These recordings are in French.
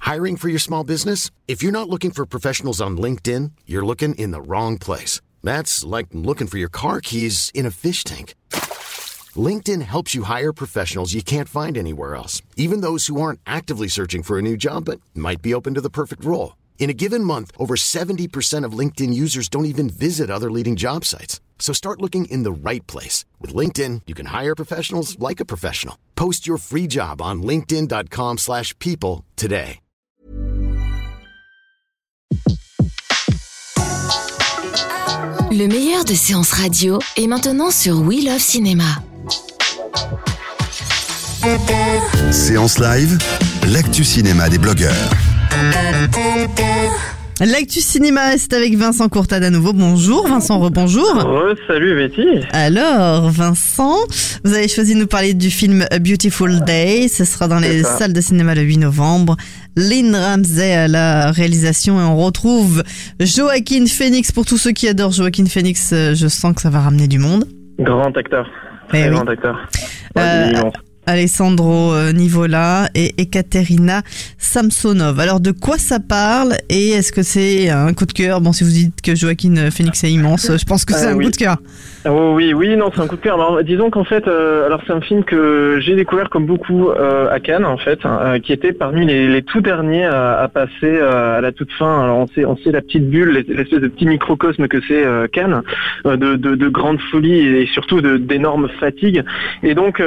Hiring for your small business? If you're not looking for professionals on LinkedIn, you're looking in the wrong place. That's like looking for your car keys in a fish tank. LinkedIn helps you hire professionals you can't find anywhere else, even those who aren't actively searching for a new job but might be open to the perfect role. In a given month, over 70% of LinkedIn users don't even visit other leading job sites. So start looking in the right place. With LinkedIn, you can hire professionals like a professional. Post your free job on linkedin.com/people today. Le meilleur de séances radio est maintenant sur We Love Cinéma. Séance live, l'actu cinéma des blogueurs. L'actu cinéma, c'est avec Vincent Courtade à nouveau. Bonjour Vincent, rebonjour. Salut Betty. Alors Vincent, vous avez choisi de nous parler du film A Beautiful Day. Ce sera dans les salles de cinéma le 8 novembre. Lynn Ramsay à la réalisation et on retrouve Joaquin Phoenix. Pour tous ceux qui adorent Joaquin Phoenix, je sens que ça va ramener du monde. Grand acteur. Très grand acteur. Alessandro Nivola et Ekaterina Samsonov. Alors de quoi ça parle et est-ce que c'est un coup de cœur? Bon, si vous dites que Joaquin Phoenix est immense, je pense que c'est un coup de cœur. Oui, non, c'est un coup de cœur. Alors, disons qu'en fait, c'est un film que j'ai découvert comme beaucoup à Cannes, en fait, qui était parmi les tout derniers à passer à la toute fin. Alors on sait la petite bulle, l'espèce de petit microcosme que c'est Cannes, de grande folie et surtout d'énormes fatigues. Et donc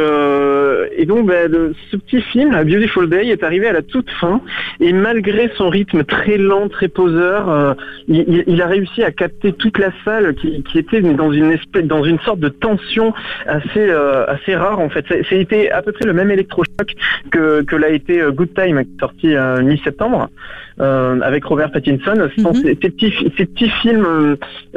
ce petit film, A Beautiful Day, est arrivé à la toute fin et malgré son rythme très lent, très poseur, il a réussi à capter toute la salle qui était dans une sorte de tension assez rare en fait. C'était à peu près le même électrochoc que l'a été Good Time, sorti mi-septembre. Avec Robert Pattinson, ces petits films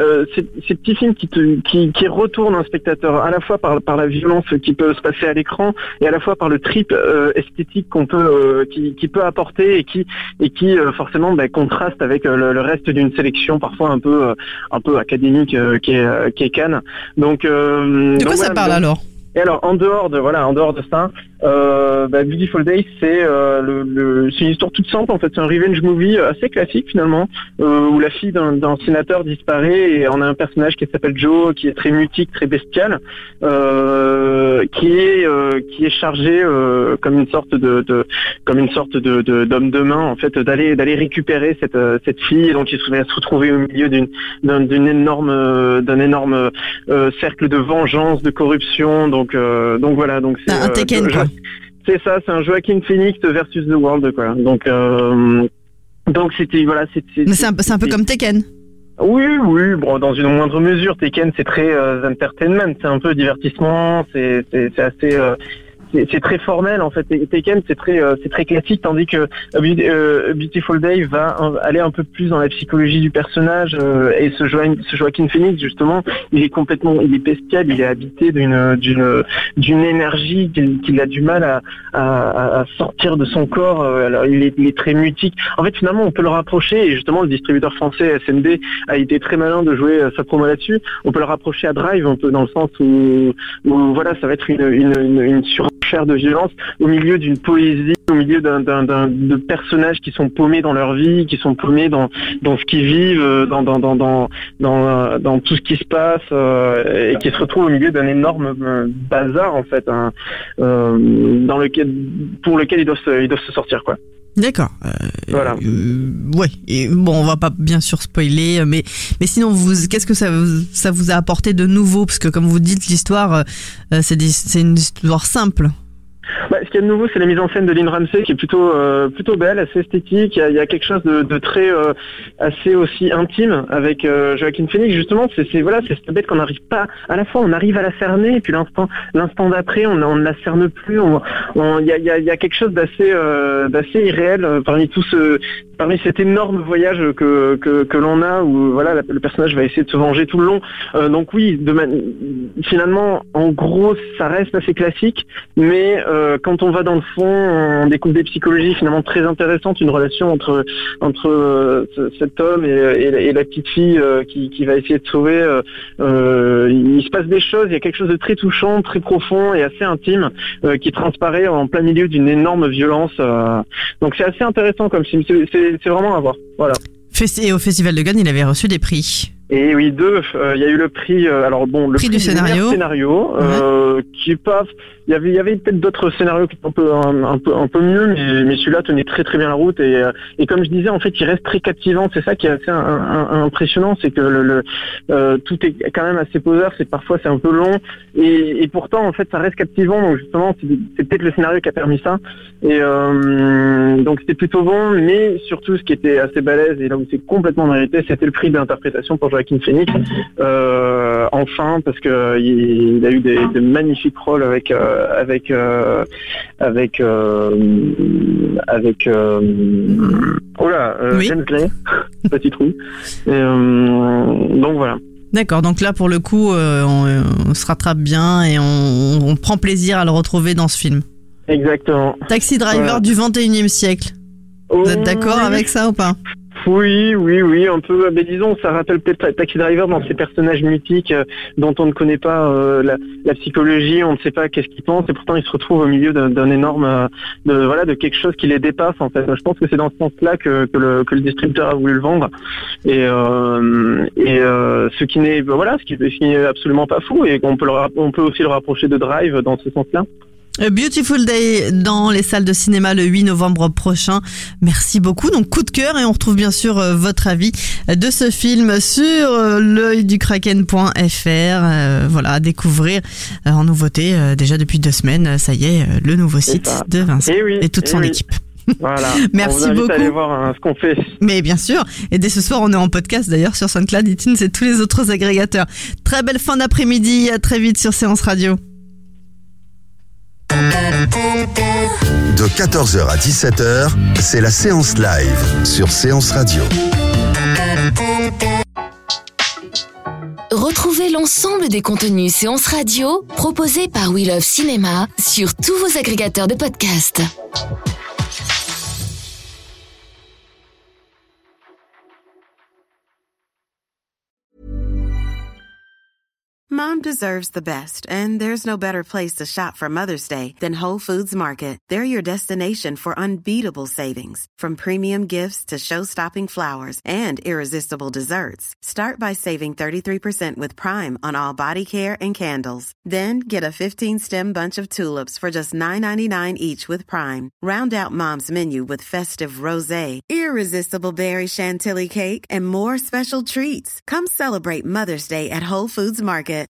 qui retournent un spectateur à la fois par la violence qui peut se passer à l'écran et à la fois par le trip esthétique qui peut apporter et qui forcément contraste avec le reste d'une sélection parfois un peu académique qui est Cannes. Donc de quoi ça parle alors? Et alors, en dehors de ça, Beautiful Day, c'est une histoire toute simple en fait. C'est un revenge movie assez classique finalement, où la fille d'un sénateur disparaît et on a un personnage qui s'appelle Joe, qui est très mutique, très bestial, qui est chargé comme une sorte de d'homme de main en fait, d'aller récupérer cette fille. Et donc il va se retrouver au milieu d'un énorme cercle de vengeance, de corruption. Donc voilà, donc c'est un Tekken quoi. C'est ça, c'est un Joaquin Phoenix versus The World quoi. Donc c'était voilà, mais c'est un peu comme Tekken. Oui, bon, dans une moindre mesure, Tekken c'est très entertainment, c'est un peu divertissement, c'est assez c'est très formel en fait. Tekken c'est très classique, tandis que Beautiful Day va aller un peu plus dans la psychologie du personnage et ce Joaquin Phoenix justement, il est bestial, il est habité d'une énergie qu'il a du mal à sortir de son corps. Alors il est très mutique. En fait finalement on peut le rapprocher, et justement le distributeur français SND a été très malin de jouer sa promo là-dessus. On peut le rapprocher à Drive un peu dans le sens où voilà, ça va être une surenchère de violence au milieu d'une poésie, au milieu de personnages qui sont paumés dans leur vie, qui sont paumés dans ce qu'ils vivent, dans tout ce qui se passe, et qui se retrouvent au milieu d'un énorme bazar en fait, pour lequel ils doivent se sortir quoi. D'accord. Voilà. Ouais. Et bon, on va pas bien sûr spoiler, mais sinon, qu'est-ce que ça vous a apporté de nouveau? Parce que comme vous dites, l'histoire, c'est une histoire simple. Ce qu'il y a de nouveau, c'est la mise en scène de Lynn Ramsay qui est plutôt belle, assez esthétique. Il y a quelque chose de très assez aussi intime avec Joaquin Phoenix. Justement, c'est cette bête qu'on n'arrive pas. À la fois, on arrive à la cerner, et puis l'instant d'après, on ne la cerne plus. Il y a quelque chose d'assez irréel parmi parmi cet énorme voyage que l'on a, où voilà, le personnage va essayer de se venger tout le long. Donc oui, finalement, en gros, ça reste assez classique, mais quand on va dans le fond, on découvre des psychologies finalement très intéressantes, une relation entre cet homme et la petite fille qui va essayer de sauver. Il se passe des choses, il y a quelque chose de très touchant, très profond et assez intime qui transparaît en plein milieu d'une énorme violence. Donc c'est assez intéressant comme film, c'est vraiment à voir. Voilà. Et au Festival de Cannes, il avait reçu des prix. Et oui, 2. Il y a eu le prix, le prix du scénario, qui est pas. Il y avait peut-être d'autres scénarios qui étaient un peu mieux, mais celui-là tenait très très bien la route et comme je disais, en fait, il reste très captivant. C'est ça qui est assez impressionnant, c'est que tout est quand même assez poseur. Parfois c'est un peu long et pourtant en fait ça reste captivant. Donc justement, c'est peut-être le scénario qui a permis ça. Et donc c'était plutôt bon, mais surtout ce qui était assez balèze et là où c'est complètement mérité, c'était le prix d'interprétation pour Joaquin Phoenix. Enfin, parce que il a eu des magnifiques rôles avec James Gray, petit trou. Donc voilà. D'accord, donc là pour le coup on se rattrape bien et on prend plaisir à le retrouver dans ce film. Exactement. Taxi Driver du 21e siècle. Vous êtes d'accord avec ça ou pas ? Oui, un peu. Mais disons, ça rappelle peut-être Taxi Driver dans ces personnages mythiques dont on ne connaît pas la psychologie, on ne sait pas qu'est-ce qu'ils pensent, et pourtant ils se retrouvent au milieu d'un énorme, de quelque chose qui les dépasse en fait. Je pense que c'est dans ce sens-là que le distributeur a voulu le vendre, et ce qui n'est absolument pas fou, et on peut aussi le rapprocher de Drive dans ce sens-là. A Beautiful Day dans les salles de cinéma le 8 novembre prochain. Merci beaucoup. Donc coup de cœur, et on retrouve bien sûr votre avis de ce film sur l'oeildukraken.fr. Voilà, à découvrir en nouveauté déjà depuis 2 semaines. Ça y est, le nouveau site de Vincent et toute son équipe. Voilà. Merci beaucoup. Allez voir ce qu'on fait. Mais bien sûr. Et dès ce soir, on est en podcast d'ailleurs sur SoundCloud, iTunes et tous les autres agrégateurs. Très belle fin d'après-midi. À très vite sur Séance Radio. De 14h à 17h, c'est la séance live sur Séance Radio. Retrouvez l'ensemble des contenus Séance Radio proposés par We Love Cinéma sur tous vos agrégateurs de podcasts. Mom deserves the best, and there's no better place to shop for Mother's Day than Whole Foods Market. They're your destination for unbeatable savings, from premium gifts to show-stopping flowers and irresistible desserts. Start by saving 33% with Prime on all body care and candles. Then get a 15-stem bunch of tulips for just $9.99 each with Prime. Round out Mom's menu with festive rosé, irresistible berry chantilly cake, and more special treats. Come celebrate Mother's Day at Whole Foods Market.